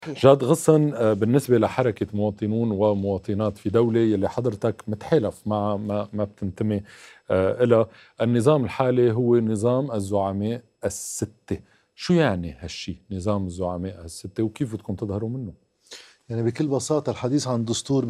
جاد غصن، بالنسبة لحركة مواطنون ومواطنات في دولة يلي حضرتك متحالف مع ما بتنتمي إلى، النظام الحالي هو نظام الزعماء الستة. شو يعني هالشي نظام الزعماء الستة وكيف بدكم تظهروا منه؟ يعني بكل بساطة الحديث عن دستور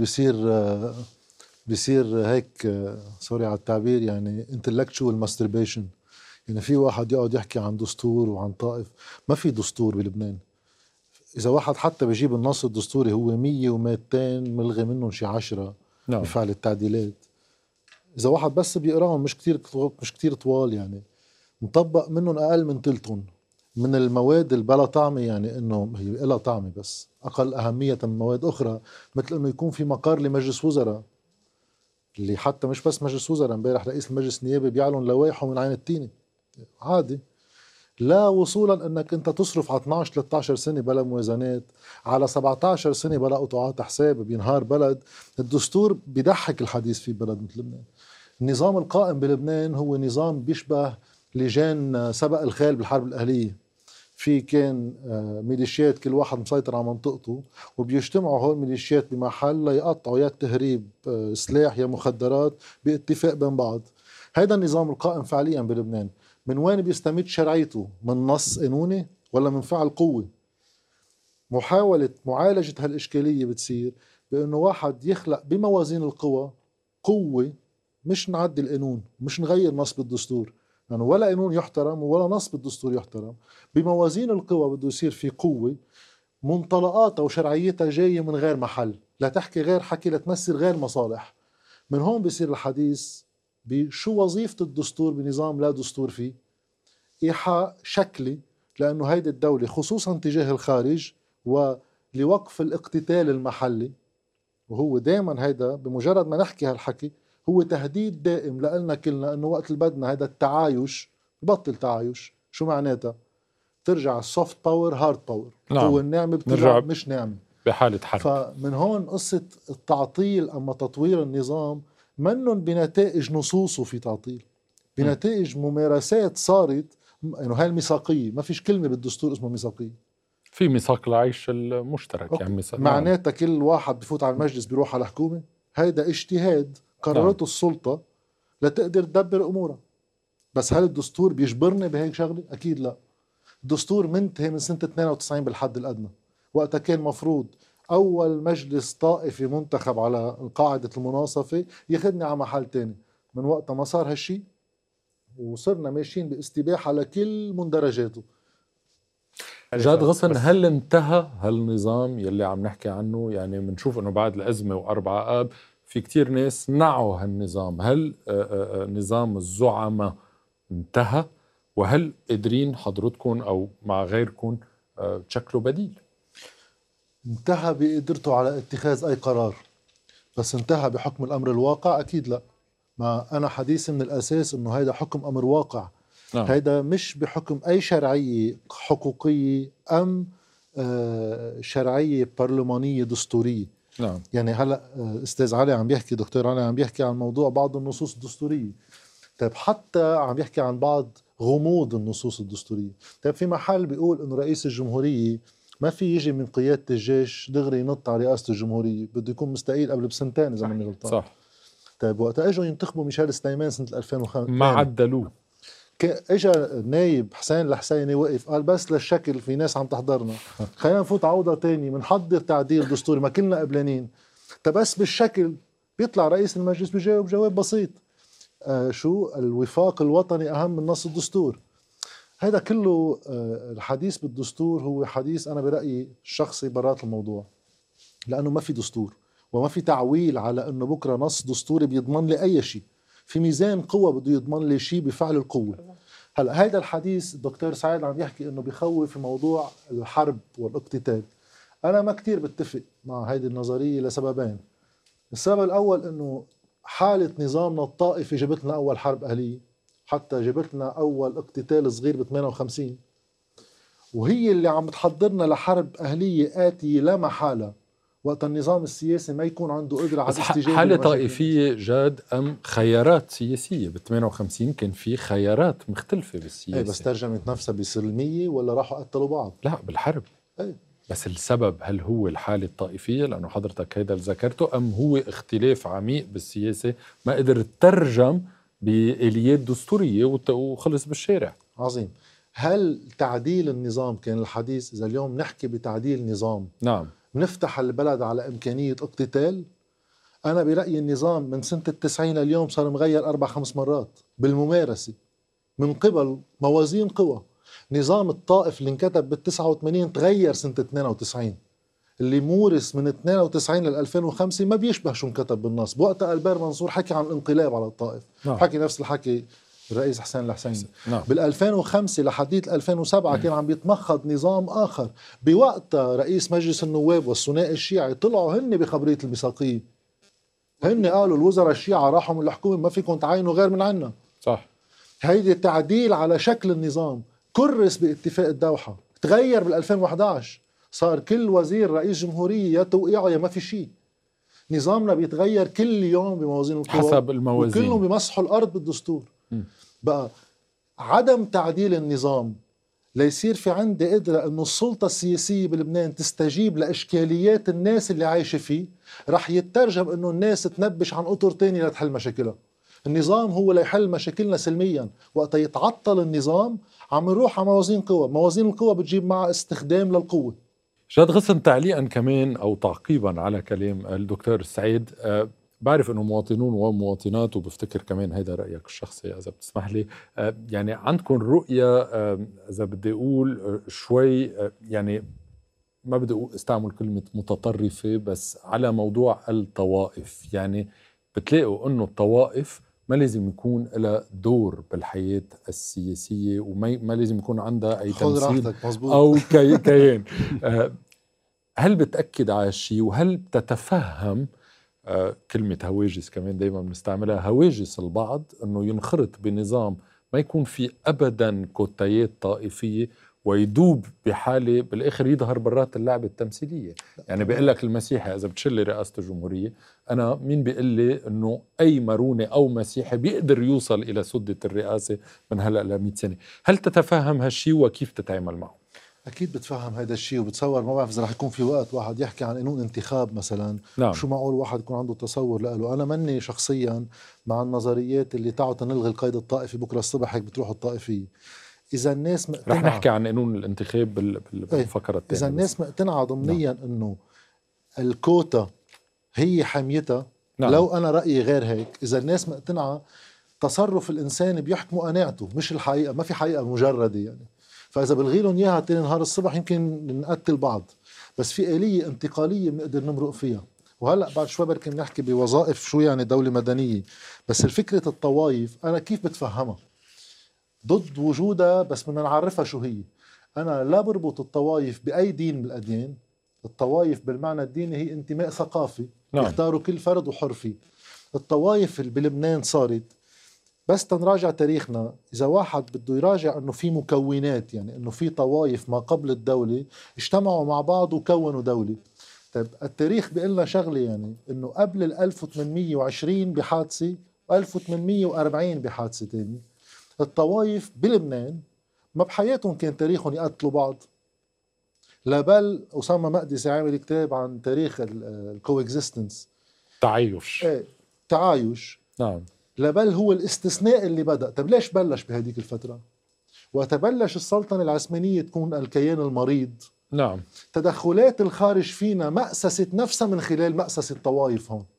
بيصير هيك، سوري على التعبير، يعني intellectual masturbation. يعني في واحد يقعد يحكي عن دستور وعن طائف. ما في دستور بلبنان. إذا واحد حتى بيجيب النص الدستوري هو 100 و200 ملغي منهم شي 10 نعم. بفعل التعديلات. إذا واحد بس بيقراهم مش كتير طوال، يعني مطبق منهم أقل من تلتهم. من المواد البلا طعمة، يعني إنه هي لها طعمة بس أقل أهمية من مواد أخرى، مثل إنه يكون في مقر لمجلس وزراء، اللي حتى مش بس مجلس وزراء، امبارح رئيس المجلس النيابي بيعلن لوائحه من عين التينة عادي. لا وصولا انك انت تصرف على 12 13 سنه بلا موازنات، على 17 سنه بلا قطاعات حساب، بينهار بلد. الدستور بيضحك الحديث في بلد مثل لبنان. النظام القائم بلبنان هو نظام بيشبه لجان سبق الخيل بالحرب الأهلية. في كان ميليشيات كل واحد مسيطر على منطقته، وبيجتمعوا هول الميليشيات بمحل ليقطعوا يا تهريب سلاح يا مخدرات باتفاق بين بعض. هيدا النظام القائم فعليا بلبنان. من وين بيستمد شرعيته؟ من نص قانوني ولا من فعل قوة؟ محاولة معالجة هالإشكالية بتصير بأنه واحد يخلق بموازين القوى قوة، مش نعدي القانون، مش نغير نص بالدستور، يعني ولا قانون يحترم ولا نص بالدستور يحترم. بموازين القوى بده يصير في قوة منطلقاتها وشرعيتها جاية من غير محل، لا تحكي غير حكي، لا تمثل غير مصالح. من هون بيصير الحديث بشو وظيفة الدستور بنظام لا دستور فيه. إيحاء شكلي لأنه هيدي الدولة خصوصا تجاه الخارج ولوقف الاقتتال المحلي. وهو دائما هيدا بمجرد ما نحكي هالحكي هو تهديد دائم لنا كلنا انه وقت اللي بدنا هيدا التعايش بطل تعايش. شو معناتها؟ ترجع السوفت باور هارد باور، نعم. قوة الناعمة بترجع نرجع مش ناعمة بحالة حرب. فمن هون قصة التعطيل أما تطوير النظام منن بنتائج نصوصه في تعطيل، بنتائج ممارسات صارت. انه هاي الميثاقية، ما فيش كلمة بالدستور اسمها ميثاقية. في ميثاق العيش المشترك، يعني ميثاق. نعم. معناتها كل واحد بفوت على المجلس بيروح على الحكومة. هيدا اجتهاد نعم. قررته السلطة لتقدر تدبر أمورها. بس هل الدستور بيجبرني بهيك شغلة؟ أكيد لا. الدستور منتهي من سنة 92 بالحد الأدنى، وقتها كان مفروض أول مجلس طائفي منتخب على قاعدة المناصفة ياخدني على محل تاني. من وقتها ما صار هالشي، وصرنا ماشيين باستباحة لكل مندرجاته. جاد غصن، هل انتهى هالنظام يلي عم نحكي عنه؟ يعني بنشوف انه بعد الأزمة وأربعة آب في كتير ناس نعوا هالنظام. هل نظام الزعماء انتهى؟ وهل قادرين حضرتكم أو مع غيركم تشكلوا بديل؟ انتهى بقدرته على اتخاذ أي قرار، بس انتهى بحكم الأمر الواقع؟ أكيد لا. ما أنا حديثي من الأساس إنه هيدا حكم أمر واقع. نعم. هيدا مش بحكم أي شرعية حقوقية أم شرعية برلمانية دستورية. نعم. يعني هلا أستاذ علي عم بيحكي، دكتور علي عم بيحكي عن موضوع بعض النصوص الدستورية. طيب حتى عم بيحكي عن بعض غموض النصوص الدستورية. طيب في محل بيقول إنه رئيس الجمهورية ما في يجي من قيادة الجيش دغري ينط على رئاسة الجمهورية، بده يكون مستقيل قبل بسنتين إذا ماني غلطان. صح. طيب وقت اجوا ينتخبوا ميشيل سليمان سنة 2005 ما عدلوه. اجا نايب حسين الحسيني وقف قال بس للشكل في ناس عم تحضرنا، خلينا نفوت عوضة تاني بنحضر تعديل دستوري ما كلنا قبلانين. طب بس بالشكل بيطلع رئيس المجلس بيجاوب جواب بسيط: شو الوفاق الوطني أهم من نص الدستور. هذا كله الحديث بالدستور هو حديث أنا برأيي الشخصي برات الموضوع، لأنه ما في دستور وما في تعويل على أنه بكرة نص دستوري بيضمن لي أي شيء. في ميزان قوة بده يضمن لي شيء بفعل القوة. هلا هيدا الحديث الدكتور سعيد عم يحكي انه بخوف في موضوع الحرب والاقتتال. انا ما كتير بتفق مع هيدي النظرية لسببين. السبب الاول انه حالة نظامنا الطائفي جابت لنا اول حرب اهلية، حتى جابت لنا اول اقتتال صغير ب 58، وهي اللي عم تحضرنا لحرب اهلية آتية لا محالة وقت النظام السياسي ما يكون عنده قدرة على الاستجابة. حالة طائفية جاد أم خيارات سياسية؟ ب 58 كان في خيارات مختلفة بالسياسة. ايه بس ترجمت نفسها بسلمية ولا راحوا قتلوا بعض؟ لا، بالحرب. ايه بس السبب هل هو الحالة الطائفية لأنه حضرتك هيدا اللي ذكرته، أم هو اختلاف عميق بالسياسة ما قدر يترجم بآليات دستورية وخلص بالشارع؟ عظيم. هل تعديل النظام كان الحديث؟ إذا اليوم نحكي بتعديل نظام، نعم، بنفتح البلد على إمكانية اقتتال. أنا برأيي النظام من سنة 90 لليوم صار مغير 4-5 مرات بالممارسة من قبل موازين قوى. نظام الطائف اللي انكتب بال89 تغير سنة 92. اللي مورس من 92 لل 2005 ما بيشبه شو انكتب بالنص. بوقتها ألبير منصور حكي عن الانقلاب على الطائف، نعم. حكي نفس الحكي الرئيس حسين الحسيني. نعم. بال 2005 لحديث 2007 كان عم بيتمخض نظام آخر. بوقتها رئيس مجلس النواب والثنائي الشيعي طلعوا هن بخبرية الميثاقية، هن قالوا الوزراء الشيعة راحوا من الحكومة ما فيكم تعينوا غير من عنا. صح. هيدي تعديل على شكل النظام كرس باتفاق الدوحة، تغير بال 2011 صار كل وزير رئيس جمهورية يا توقيعه يا ما في شيء. نظامنا بيتغير كل يوم بموازين القوى حسب الموازين، وكلهم بيمسحوا الأرض بالدستور. بقى عدم تعديل النظام ليصير في عندي قدرة أنه السلطة السياسية بلبنان تستجيب لإشكاليات الناس اللي عايشة فيه، رح يترجم أنه الناس تنبش عن أطر تاني لتحل مشاكلها. النظام هو ليحل مشاكلنا سلميا. وقت يتعطل النظام عم نروح على موازين قوى، موازين القوى بتجيب معها استخدام للقوة. جاد غصن، تعليقا كمان أو تعقيبا على كلام الدكتور السعيد، بعرف أنه مواطنون ومواطنات، وبفتكر كمان هيدا رأيك الشخصي إذا بتسمح لي، يعني عندكم رؤية إذا بدي أقول شوي يعني ما بدي استعمل كلمة متطرفة، بس على موضوع الطوائف. يعني بتلاقوا أنه الطوائف ما لازم يكون لها دور بالحياة السياسية، وما لازم يكون عندها أي تمثيل أو كيان. هل بتأكد على الشيء؟ وهل بتتفهم كلمة هواجس كمان دايما بنستعملها، هواجس البعض أنه ينخرط بنظام ما يكون في أبدا كوتايات طائفية ويدوب بحالة بالآخر يظهر برات اللعبة التمثيلية؟ يعني بيقول لك المسيحي إذا بتشلي رئاسة الجمهورية، أنا مين بيقول لي أنه أي مارونة أو مسيحي بيقدر يوصل إلى سدة الرئاسة من هلأ ل 100 سنة؟ هل تتفهم هالشي وكيف تتعامل معه؟ أكيد بتفهم هذا الشيء وبتصور. ما بعرف إذا رح يكون في وقت واحد يحكي عن قانون انتخاب مثلا. نعم. شو معقول واحد يكون عنده تصور له؟ أنا مني شخصيا مع النظريات اللي تعوا نلغي القيد الطائفي بكرة الصبح هيك بتروح الطائفية. إذا الناس مقتنعة، رح نحكي عن قانون الانتخاب بالفقرة الثانية. إذا الناس مقتنعة ضمنيا إنه الكوتا هي حميتها. نعم. لو أنا رأيي غير هيك، إذا الناس مقتنعة تصرف الإنسان بيحكموا قناعته مش الحقيقة، ما في حقيقة مجردة يعني. فإذا بلغي لهم إياها تاني نهار الصبح يمكن نقتل بعض، بس في آلية انتقالية بنقدر نمرق فيها. وهلأ بعد شوي بركي بنحكي بوظائف شو يعني دولة مدنية. بس الفكرة الطوائف أنا كيف بتفهمها؟ ضد وجودها، بس بدنا نعرفها شو هي. أنا لا بربط الطوائف بأي دين من الأديان. الطوائف بالمعنى الديني هي انتماء ثقافي. نعم. يختاروا كل فرد وحر فيه. الطوائف اللي بلبنان صارت، بس تنراجع تاريخنا، إذا واحد بده يراجع أنه في مكونات، يعني أنه في طوائف ما قبل الدولة اجتمعوا مع بعض وكونوا دولة. طيب التاريخ بيقلنا شغلة، يعني أنه قبل 1820 بحادثة 1840 بحادثة تاني، الطوائف بلبنان ما بحياتهم كان تاريخهم يقتلوا بعض. لا بل أسامة مقدسي عامل كتاب عن تاريخ الكوإكزيستنس، تعايش. تعايش. نعم. لا بل هو الاستثناء اللي بدأ. طب ليش بلش بهديك الفترة؟ وتبلش السلطنة العثمانية تكون الكيان المريض. نعم. تدخلات الخارج فينا مأسست نفسها من خلال مأسسة الطوائف. هون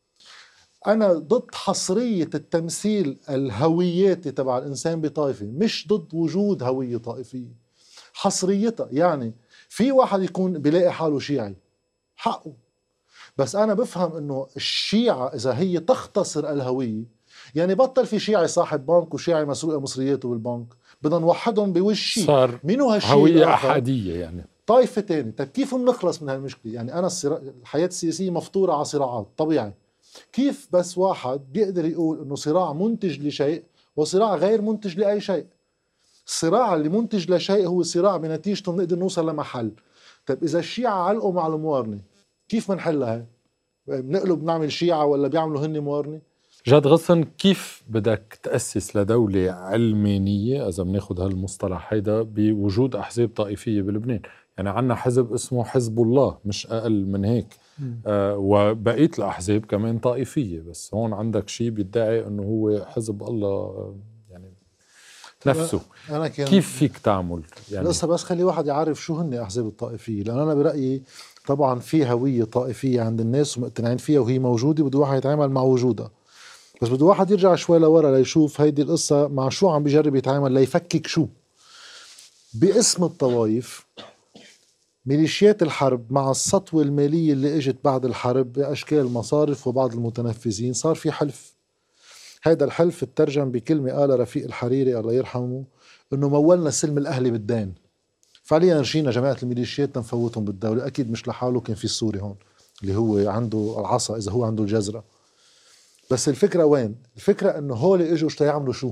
أنا ضد حصرية التمثيل الهوياتي تبع الإنسان بطائفة، مش ضد وجود هوية طائفية. حصريتها يعني في واحد يكون بيلاقي حاله شيعي، حقه. بس أنا بفهم إنه الشيعة إذا هي تختصر الهوية، يعني بطل في شيعي صاحب بنك وشيعي مسروقة مصرياته بالبنك، بدنا نوحدهم بوش شيء. صار منو هالشيء؟ هوية أحادية يعني طائفة تاني. طيب كيف بنخلص من هالمشكلة؟ يعني أنا الحياة السياسية مفطورة على صراعات طبيعي. كيف بس واحد بيقدر يقول إنه صراع منتج لشيء وصراع غير منتج لأي شيء؟ الصراع اللي منتج لشيء هو صراع بنتيجته بنقدر نوصل لمحل. طيب إذا الشيعة علقوا مع الموارنة كيف بنحلها؟ بنقلب نعمل شيعة ولا بيعملوا هن موارنة؟ جاد غصن، كيف بدك تأسس لدولة علمانية إذا بناخد هالمصطلح هيدا بوجود أحزاب طائفية بلبنان؟ يعني عنا حزب اسمه حزب الله مش أقل من هيك. وبقية الأحزاب كمان طائفية، بس هون عندك شيء بيدعي أنه هو حزب الله يعني نفسه. أنا كيف فيك تعمل يعني؟ بس خلي واحد يعرف شو هن أحزاب الطائفية، لأن أنا برأيي طبعا في هوية طائفية عند الناس ومقتنعين فيها وهي موجودة، بده واحد يتعامل مع وجودها. بس بده واحد يرجع شوي لورا ليشوف هيدي القصة مع شو عم بيجرب يتعامل ليفكك شو باسم الطوائف. ميليشيات الحرب مع السطوة المالية اللي اجت بعد الحرب بأشكال المصارف وبعض المتنفذين صار في حلف. هذا الحلف اترجم بكلمة قال رفيق الحريري الله يرحمه، انه مولنا السلم الاهلي بالدين. فعليا رجينا جماعة الميليشيات تنفوتهم بالدولة، اكيد مش لحاله، كان في السوري هون اللي هو عنده العصا اذا هو عنده الجزرة. بس الفكرة وين؟ الفكرة انه هول اجوا يعملوا شو؟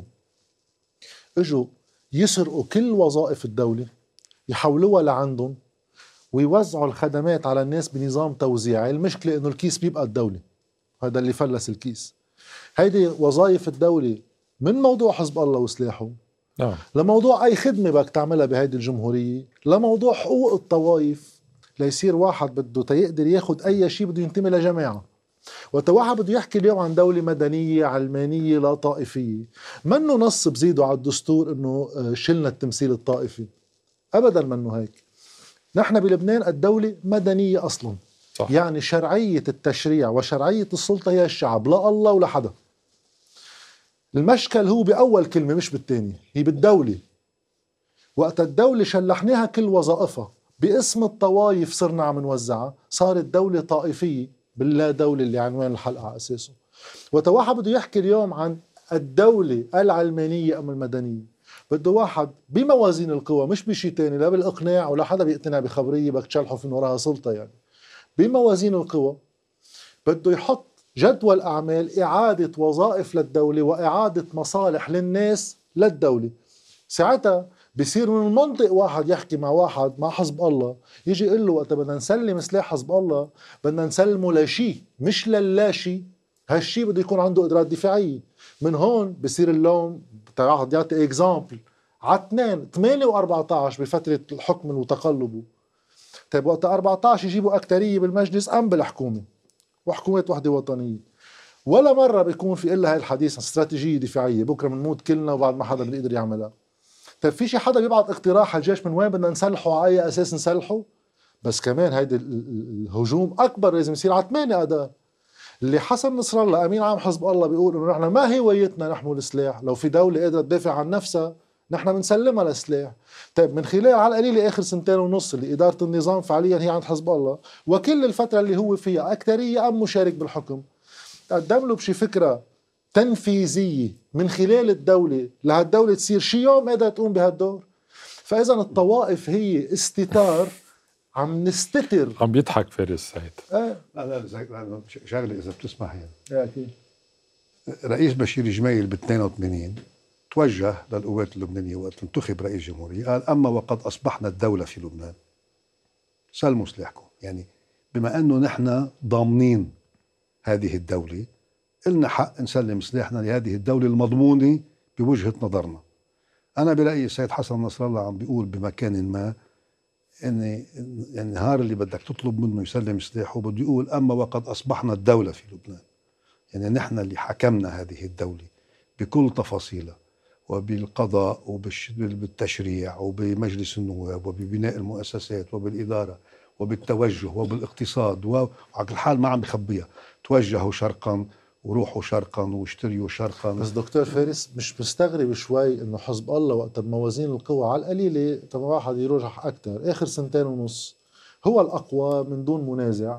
اجوا يسرقوا كل وظائف الدولة، يحولوها لعندهم، ويوزعوا الخدمات على الناس بنظام توزيعي. المشكلة انه الكيس بيبقى الدولة، هذا اللي فلس الكيس. هيدي وظائف الدولة، من موضوع حزب الله وسلاحه لموضوع اي خدمة بدك تعملها بهيدي الجمهورية، لموضوع حقوق الطوائف، ليصير واحد بده تيقدر ياخد اي شيء بده ينتمي لجماعة. وتواحد بده يحكي اليوم عن دولة مدنية علمانية لا طائفية، منه نص بزيده على الدستور انه شلنا التمثيل الطائفي، ابدا منه هيك. نحن بلبنان الدولة مدنية اصلا، صح. يعني شرعية التشريع وشرعية السلطة هي الشعب، لا الله ولا حدا. المشكل هو بأول كلمة مش بالتانية، هي بالدولة. وقت الدولة شلحناها كل وظائفها باسم الطوائف صرنا عم نوزعها، صارت دولة طائفية باللا دولة اللي عنوان الحلقة على أساسه. وتواحد بده يحكي اليوم عن الدولة العلمانية أم المدنية، بده واحد بموازين القوى مش بشي تاني، لا بالإقناع ولا حدا بيقتنع بخبرية بدك تشلحوا في وراها سلطة. يعني بموازين القوى بده يحط جدول أعمال إعادة وظائف للدولة وإعادة مصالح للناس للدولة. ساعتها بصير من المنطق واحد يحكي مع واحد مع حزب الله، يجي يقول له وقت بدنا نسلم سلاح حزب الله بدنا نسلمه لشيء مش للاشي، هالشيء بده يكون عنده قدرات دفاعية. من هون بصير اللوم واحد يعطي اكزامبل على 8 و14 بفترة الحكم وتقلبه. طيب وقت 14 يجيبوا أكترية بالمجلس أم بالحكومة وحكومة وحدة وطنية، ولا مرة بيكون في إلا هاي الحديث عن استراتيجية دفاعية، بكرة بنموت كلنا وبعد ما حدا بيقدر يعملها. طيب في شي حدا بيبعت اقتراح على الجيش من وين بدنا نسلحه على أي أساس نسلحه؟ بس كمان هيدا الهجوم أكبر لازم يصير على 8 أداة. اللي حسن نصر الله أمين عام حزب الله بيقول إنه نحن ما هوايتنا نحمل سلاح، لو في دولة قادرة تدافع عن نفسها نحن بنسلمها للسلاح. طيب من خلال على القليلة آخر 2.5 اللي إدارة النظام فعليا هي عند حزب الله، وكل الفترة اللي هو فيها أكترية أم مشارك بالحكم، قدم له بشي فكرة تنفيذية من خلال الدولة لهالدولة تصير شي يوم قادرة تقوم بهالدور. فإذا الطوائف هي استتار، عم نستتر. عم بيضحك فارس سعيد. لا شغله اذا بتسمح يعني اكيد. رئيس بشير جميل ب 82 توجه للقوات اللبنانيه وقت انتخب رئيس جمهوريه، قال اما وقد اصبحنا الدوله في لبنان سلموا سلاحكم. يعني بما انه نحن ضامنين هذه الدوله إلنا حق نسلم سلاحنا لهذه الدوله المضمونه بوجهه نظرنا. انا برايي السيد حسن نصر الله عم بيقول بمكان ما ان النهار اللي بدك تطلب منه يسلم سلاحه بده يقول اما وقد اصبحنا الدوله في لبنان. يعني نحن اللي حكمنا هذه الدوله بكل تفاصيلها، وبالقضاء وبالتشريع وبمجلس النواب وببناء المؤسسات وبالاداره وبالتوجه وبالاقتصاد، وعلى الحال ما عم بخبيها. توجهوا شرقا وروحوا شرقا واشتريوا شرقا. بس دكتور فارس مش مستغرب شوي انه حزب الله وقت بموازين القوى على القليله طبعا واحد يرجح اكثر اخر 2.5 هو الاقوى من دون منازع.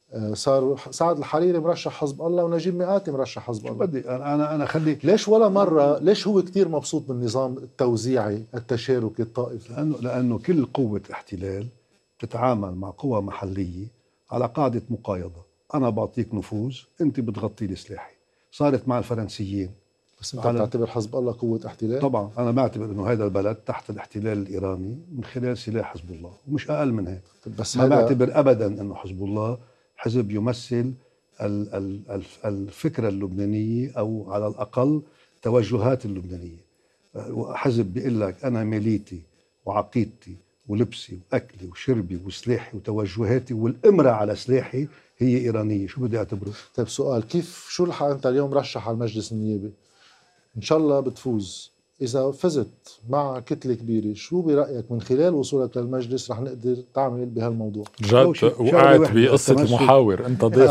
صار سعد الحريري مرشح حزب الله ونجيب مئاتي مرشح حزب الله. بدي انا خلي ليش ولا مره ليش هو كتير مبسوط بالنظام التوزيعي التشاركي الطائفي؟ لانه كل قوه احتلال بتتعامل مع قوى محليه على قاعده مقايضه. انا بعطيك نفوذ، انت بتغطي لي سلاحي. صارت مع الفرنسيين. بس انت بتعتبر حزب الله قوه احتلال؟ طبعا انا بعتبر انه هذا البلد تحت الاحتلال الايراني من خلال سلاح حزب الله ومش اقل من هيك. بس ما بعتبر ابدا انه حزب الله حزب يمثل الفكره اللبنانيه او على الاقل توجهات اللبنانيه. حزب بيقول لك انا ميليتي وعقيدتي ولبسي واكلي وشربي وسلاحي وتوجهاتي والامره على سلاحي هي ايرانيه، شو بدي اعتبره؟ طيب سؤال، كيف شو الحق انت اليوم مرشح على المجلس النيابي، ان شاء الله بتفوز، اذا فزت مع كتله كبيره شو برايك من خلال وصولك للمجلس رح نقدر تعمل بهالموضوع؟ جد وقعت بقصه المحاور، انت ضيف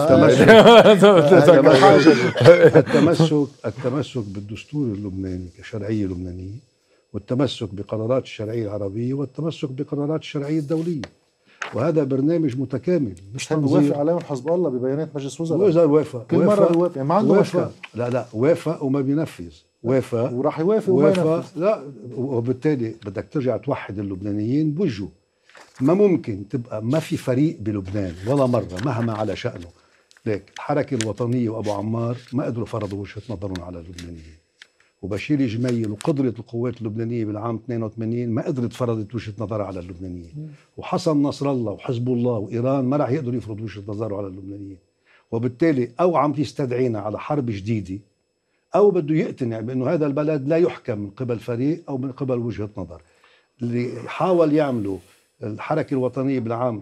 التمسك بالدستور اللبناني كشرعيه لبنانيه، والتمسك بقرارات الشرعيه العربيه، والتمسك بقرارات الشرعيه الدوليه، وهذا برنامج متكامل. مش بيوافق عليهم حزب الله ببيانات مجلس وزراء؟ وإذا وافق كل مره بيوافق، يعني ما عنده مشكله. لا وافق وما بينفذ، وافق وراح يوافق وما ينفذ. لا، وبالتالي بدك ترجع توحد اللبنانيين بوجهه. ما ممكن تبقى ما في فريق بلبنان ولا مره مهما على شأنه. ليك الحركه الوطنيه وابو عمار ما قدروا فرضوا وجهه نظرهم على اللبنانيين، وبشير جميل وقدرة القوات اللبنانية بالعام 82 ما قدرت فرضت وجهة نظرها على اللبنانيين، وحسن نصر الله وحزب الله وإيران ما راح يقدروا يفرضوا وجهة نظره على اللبنانيين. وبالتالي أو عم يستدعينا على حرب جديدة، أو بده يقتنع بأنه هذا البلد لا يحكم من قبل فريق أو من قبل وجهة نظر. اللي حاول يعمله الحركة الوطنية بالعام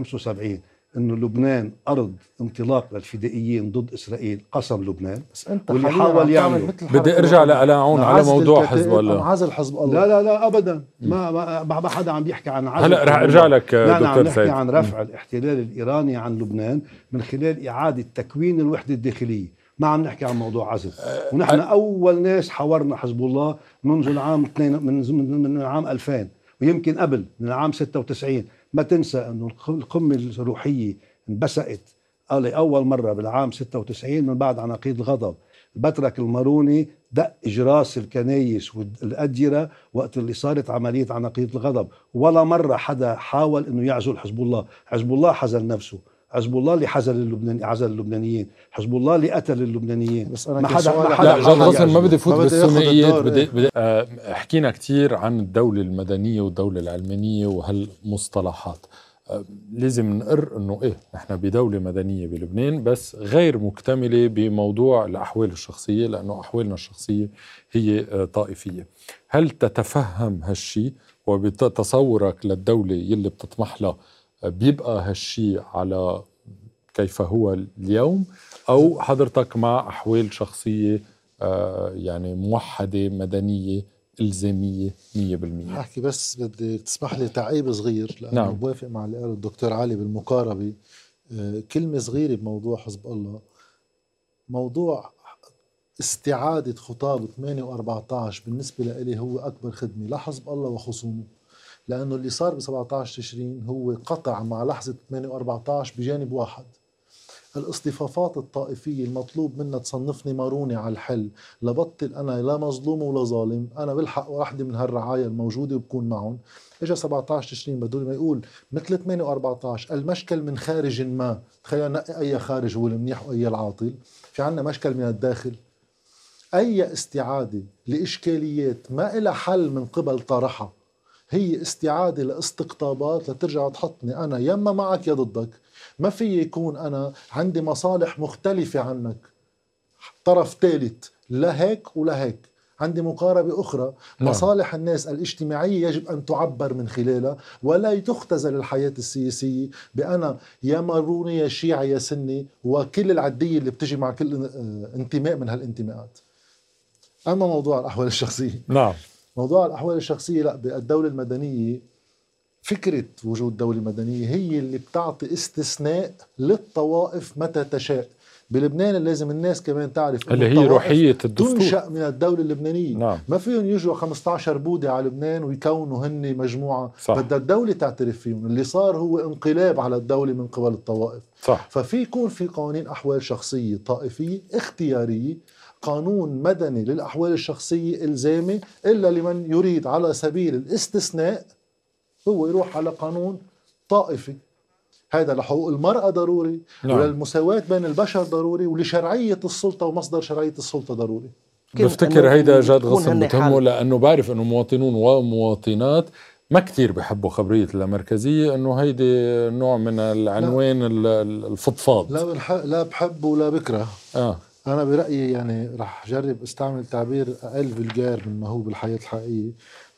75 انه لبنان ارض انطلاق للفدائيين ضد اسرائيل، قسم لبنان. بس انت واللي حاول يعمل بدي ارجع لقلاعون على موضوع حزب الله. عزل حزب الله. لا ابدا، ما حدا عم بيحكي عن عزل. هلا رح ارجع لك دكتور عم سيد. عن رفع الاحتلال الايراني عن لبنان من خلال اعاده تكوين الوحده الداخليه، ما عم نحكي عن موضوع عزل. ونحن اول ناس حاورنا حزب الله منذ العام من العام 2000 ويمكن قبل، من العام 96. ما تنسى انه القمه الروحيه انبثقت اول مره بالعام 96 من بعد عناقيد الغضب. البترك الماروني دق اجراس الكنايس والاديره وقت اللي صارت عمليه عناقيد الغضب، ولا مره حدا حاول انه يعزل حزب الله. حزب الله حزل نفسه، حزب الله اللي عزل اللبنانيين، حزب الله اللي قتل اللبنانيين. بس أنا ما حدا لا جد غصن ما بدي فوت بالثنائيات. بدي حكينا كتير عن الدولة المدنية والدولة العلمانية وهالمصطلحات. لازم نقر انه ايه، نحن بدولة مدنية بلبنان بس غير مكتملة بموضوع الاحوال الشخصية، لانه احوالنا الشخصية هي طائفية. هل تتفهم هالشي وبتصورك للدولة يلي بتطمح لها بيبقى هالشي على كيف هو اليوم، أو حضرتك مع أحوال شخصية يعني موحدة مدنية إلزامية 100%؟ أحكي بس بدي تسمح لي تعقيب صغير، لأنه نعم. بوافق مع اللي قاله الدكتور علي بالمقاربة. كلمة صغيرة بموضوع حزب الله، موضوع استعادة خطاب 8 و14 بالنسبة لي هو أكبر خدمة لحزب الله وخصومه، لأنه اللي صار ب 17 تشرين هو قطع مع لحظة 8 و14 بجانب واحد. الاصطفافات الطائفية المطلوب منها تصنفني ماروني على الحل، لبطل أنا لا مظلوم ولا ظالم، أنا بلحق واحدة من هالرعاية الموجودة وبكون معهم. إجا 17 تشرين بدون ما يقول مثل 8 و14 المشكل من خارج ما، تخيل نقي أي خارج هو المنيح وأي العاطل. في عنا مشكل من الداخل. أي استعادة لإشكاليات ما إلها حل من قبل طرحها هي استعادة لاستقطابات لترجع تحطني أنا يما معك يا ضدك. ما في يكون أنا عندي مصالح مختلفة عنك، طرف ثالث، لا هيك ولا هيك، عندي مقاربة أخرى. مصالح الناس الاجتماعية يجب أن تعبر من خلالها، ولا تختزل الحياة السياسية بأنا يا ماروني يا شيعي يا سني، وكل العدية اللي بتجي مع كل انتماء من هالانتماءات. أما موضوع الأحوال الشخصية، نعم، موضوع الأحوال الشخصية لا، بالدولة المدنية فكرة وجود دولة مدنية هي اللي بتعطي استثناء للطوائف متى تشاء. بلبنان لازم الناس كمان تعرف اللي هي روحية الدستور تنشأ من الدولة اللبنانية. نعم. ما فيهم يجوا 15 بودة على لبنان ويكونوا هن مجموعة، صح. بدها الدولة تعترف فيهم. اللي صار هو انقلاب على الدولة من قبل الطوائف. صح. ففي يكون في قوانين أحوال شخصية طائفية اختيارية، قانون مدني للأحوال الشخصية إلزامي إلا لمن يريد على سبيل الاستثناء هو يروح على قانون طائفي. هذا لحقوق المرأة ضروري، نعم. وللمساواة بين البشر ضروري، ولشرعية السلطة ومصدر شرعية السلطة ضروري. بفتكر هيدا جاد غصن بتهمه، لأنه بعرف أنه مواطنون ومواطنات ما كتير بحبوا خبرية اللامركزية، أنه هيدي نوع من العنوان الفضفاض. لا بحب ولا بكره. أنا برأيي يعني رح جرب استعمل تعبير أقل فلجار مما هو بالحياة الحقيقية،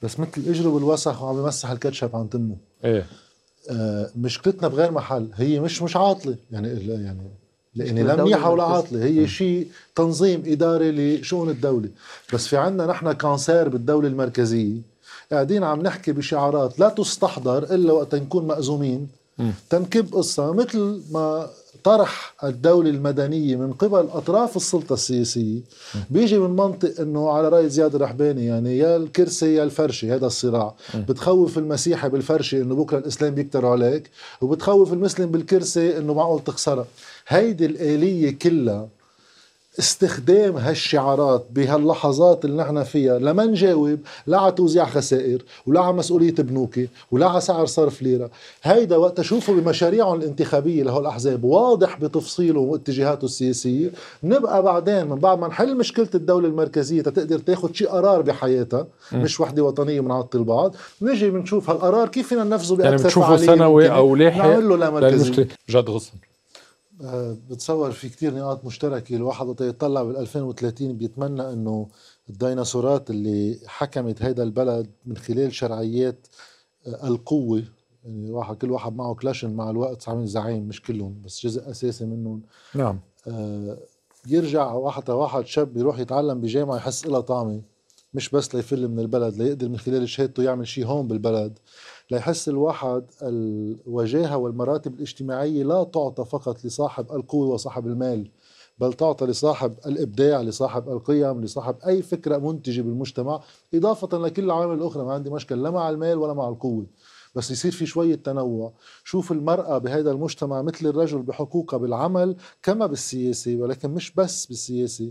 بس مثل اجره بالوسخ وعم يمسح الكاتشب عن تمه. ايه مشكلتنا بغير محل، هي مش عاطله يعني لاني لا منيحه ولا عاطله، هي شيء تنظيم اداري لشؤون الدوله. بس في عندنا نحن كانسير بالدوله المركزيه، قاعدين عم نحكي بشعارات لا تستحضر الا وقت نكون مأزومين. تنكب قصه مثل ما طرح الدولة المدنية من قبل أطراف السلطة السياسية، بيجي من منطق أنه على رأي زياد الرحباني يعني يا الكرسي يا الفرشة، هذا الصراع. بتخوف المسيحي بالفرشة أنه بكرة الإسلام بيكتروا عليك، وبتخوف المسلم بالكرسي أنه معقول تخسرها. هيدي الآلية كلها استخدام هالشعارات بهاللحظات اللي نحن فيها لما نجاوب لا على توزيع خسائر ولا على مسؤولية بنوكي ولا على سعر صرف ليرة. هيدا وقت تشوفوا بمشاريعهم الانتخابية لهول الأحزاب واضح بتفصيله واتجاهاته السياسية، نبقى بعدين من بعد ما نحل مشكلة الدولة المركزية تقدر تاخد شي قرار بحياتها مش وحدة وطنية بنعطي البعض، نجي بنشوف هالقرار كيف فينا ننفذه يعني بأكثر بتشوفه فعالية سنوي أو لاحق نعمل له لا مركزي. جاد غصن. بتصور في كتير نقاط مشتركة. الواحد وقت يطلع بال 2030 بيتمنى انه الديناصورات اللي حكمت هيدا البلد من خلال شرعيات القوة، يعني كل واحد معه كلاشن مع الوقت عامل زعيم، مش كلهم بس جزء اساسي منهم. نعم. يرجع واحد شاب يروح يتعلم بجامعة يحس إلها طعمة، مش بس ليفل من البلد ليقدر من خلال شهادته يعمل شيء هون بالبلد، ليحس الواحد الوجاهة والمراتب الاجتماعية لا تعطى فقط لصاحب القوة وصاحب المال، بل تعطى لصاحب الإبداع، لصاحب القيم، لصاحب أي فكرة منتجة بالمجتمع، إضافة لكل العوامل الأخرى. ما عندي مشكلة لا مع المال ولا مع القوة، بس يصير في شوية تنوع. شوف المرأة بهذا المجتمع مثل الرجل بحقوقها بالعمل كما بالسياسة، ولكن مش بس بالسياسة.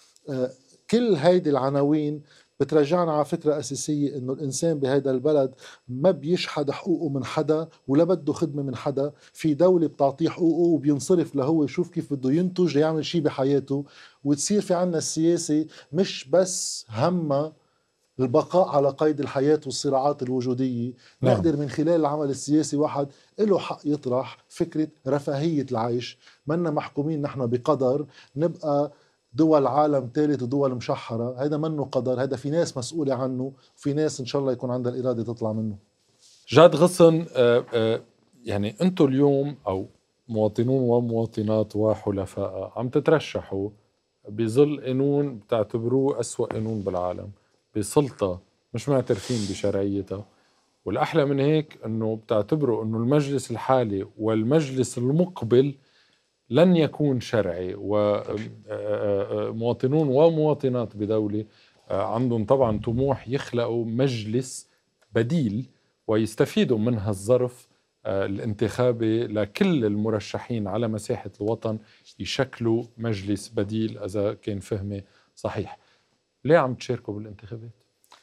كل هيدي العناوين بترجعنا على فكرة أساسية إنه الإنسان بهذا البلد ما بيشحد حقوقه من حدا ولا بده خدمة من حدا، في دولة بتعطيه حقوقه وبينصرف لهو يشوف كيف بده ينتج ليعمل شيء بحياته. وتصير في عنا السياسة مش بس همها البقاء على قيد الحياة والصراعات الوجودية. نعم. نقدر من خلال العمل السياسي واحد له حق يطرح فكرة رفاهية العيش، منا محكومين نحن بقدر نبقى دول عالم ثالث ودول مشحرة. هذا منه قدر، هذا في ناس مسؤولة عنه وفي ناس إن شاء الله يكون عندها الإرادة تطلع منه. جاد غصن، يعني أنتم اليوم أو مواطنون ومواطنات وحلفاء عم تترشحوا بظل قانون بتعتبروه أسوأ قانون بالعالم، بسلطة مش معترفين بشرعيتها، والأحلى من هيك أنه بتعتبروا أنه المجلس الحالي والمجلس المقبل لن يكون شرعي. ومواطنون ومواطنات بدولة عندهم طبعا طموح يخلقوا مجلس بديل ويستفيدوا من هالظرف الانتخابي لكل المرشحين على مساحة الوطن، يشكلوا مجلس بديل إذا كان فهمي صحيح. ليه عم تشاركوا بالانتخابات؟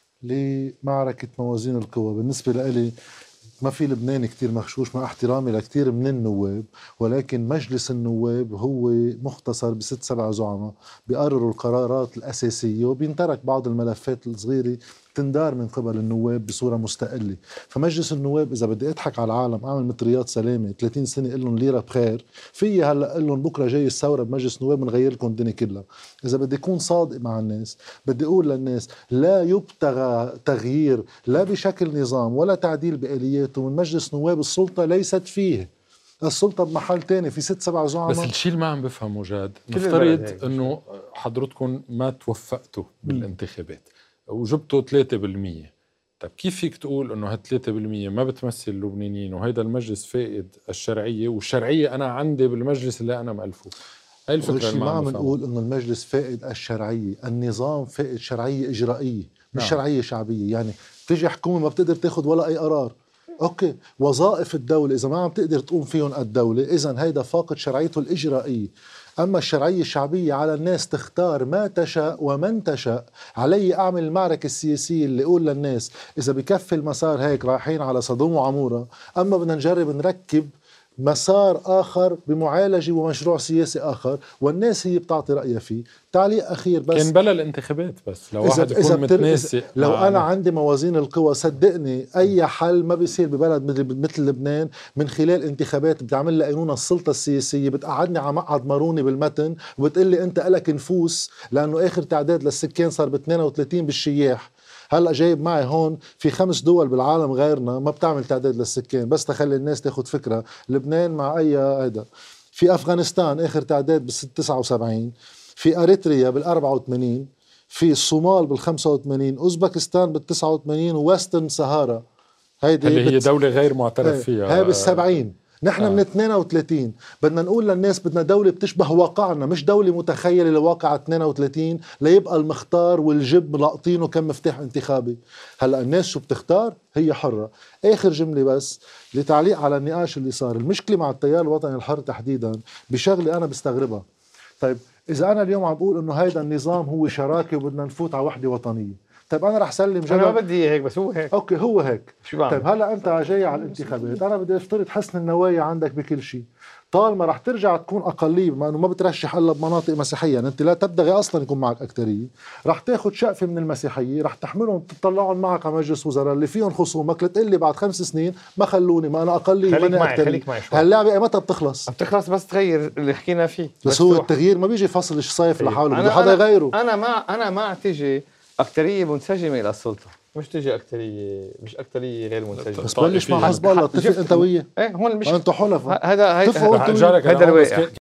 لمعركة موازين القوى. بالنسبة لي ما في لبنان كتير مخشوش مع احترامي لكتير من النواب، ولكن مجلس النواب هو مختصر ب6-7 زعماء بيقرروا القرارات الأساسية وبينترك بعض الملفات الصغيرة تندار من قبل النواب بصورة مستقلة. فمجلس النواب إذا بدي أضحك على العالم أعمل مثل رياض سلامة 30 سنة قل لهم ليرة بخير، في هلا قل لهم بكرة جاي الثورة بمجلس النواب بنغير لكم الدنيا كلها. إذا بدي أكون صادق مع الناس بدي أقول للناس لا يبتغى تغيير لا بشكل نظام ولا تعديل بآلياته من مجلس نواب. السلطة ليست فيه، السلطة بمحل تاني في 6-7 زعماء. بس الشيء اللي ما عم بفهمه جاد، نفترض انه حضرتكم ما توفقتوا بالانتخابات وجبتوا 3%، طب كيف فيك تقول انه هال 3% ما بتمثل اللبنانيين وهيدا المجلس فائد الشرعية، والشرعية انا عندي بالمجلس اللي انا مألفه؟ هاي الفكرة اللي ما عم نقول انه المجلس فائد الشرعية، النظام فائد شرعية إجرائية مش شرعية شعبية. يعني تيجي حكومة ما بتقدر تاخد ولا أي قرار، اوكي وظائف الدولة إذا ما عم تقدر تقوم فيهم الدولة إذن هيدا فاقد شرعيته الإجرائية. أما الشرعية الشعبية على الناس تختار ما تشاء ومن تشاء. علي أعمل المعركة السياسية اللي أقول للناس إذا بكفي المسار هيك رايحين على صدوم وعمورة، أما بدنا نجرب نركب مسار آخر بمعالجة ومشروع سياسي آخر والناس هي بتعطي رأيها فيه. تعليق أخير بس، كان بلا الانتخابات بس لو واحد يكون متناسق. لو أنا عندي موازين القوى صدقني أي حل ما بيصير ببلد مثل لبنان من خلال انتخابات بتعمل لي قانون السلطة السياسية، بتقعدني على مقعد ماروني بالمتن وبتقلي أنت إلك نفوس لأنه آخر تعداد للسكان صار ب 32 بالشياح. هلا جايب معي هون في 5 دول بالعالم غيرنا ما بتعمل تعداد للسكان، بس تخلي الناس تاخد فكره. لبنان مع اي هيدا، في افغانستان اخر تعداد بال 79، في اريتريا بال 84، في الصومال بال 85، اوزبكستان بال 89، وويسترن سهارا هيدي اللي هي دولة غير معترف فيها هاي بال70. نحن من 32 بدنا نقول للناس بدنا دولة بتشبه واقعنا، مش دولة متخيلة لواقع 32 ليبقى المختار والجب لاقطينه كم مفتاح انتخابي. هلا الناس شو بتختار هي حرة. اخر جملة بس لتعليق على النقاش اللي صار. المشكلة مع التيار الوطني الحر تحديدا بشغلة انا بستغربها. طيب اذا انا اليوم عم بقول انه هيدا النظام هو شراكة وبدنا نفوت على وحدة وطنية، طيب انا رح سلم جدل. انا ما بدي هيك، بس هو هيك. اوكي هو هيك. شو بعمل؟ طيب هلا انت جاي على الانتخابات، انا بدي افترض حسن النوايا عندك بكل شيء، طالما رح ترجع تكون اقليه، بما انه ما بترشح الا بمناطق مسيحيه، يعني انت لا تبتغي اصلا يكون معك اكثريه، رح تاخذ شقفه من المسيحيه، رح تحملهم تطلعهم معك على مجلس وزراء اللي فيهم خصومك لتقول لي بعد 5 سنين ما خلوني، ما انا اقليه خليك ماني اكثريه. خليك معي شوي. هاللعبه متى بتخلص؟ بتخلص بس تغير اللي حكينا فيه. بس هو التغيير ما بيجي فصل الصيف لحاله، بده حدا يغيره. انا مع تيجي اكثريه منسجمه الى السلطه، مش تيجي اكثريه، مش اكثريه غير منسجمه. بس بلش مع حزب الله، اتفق انت وياه. ايه هون مش انتوا حلفاء، هذا اتفقوا انتوا هذا الواقع.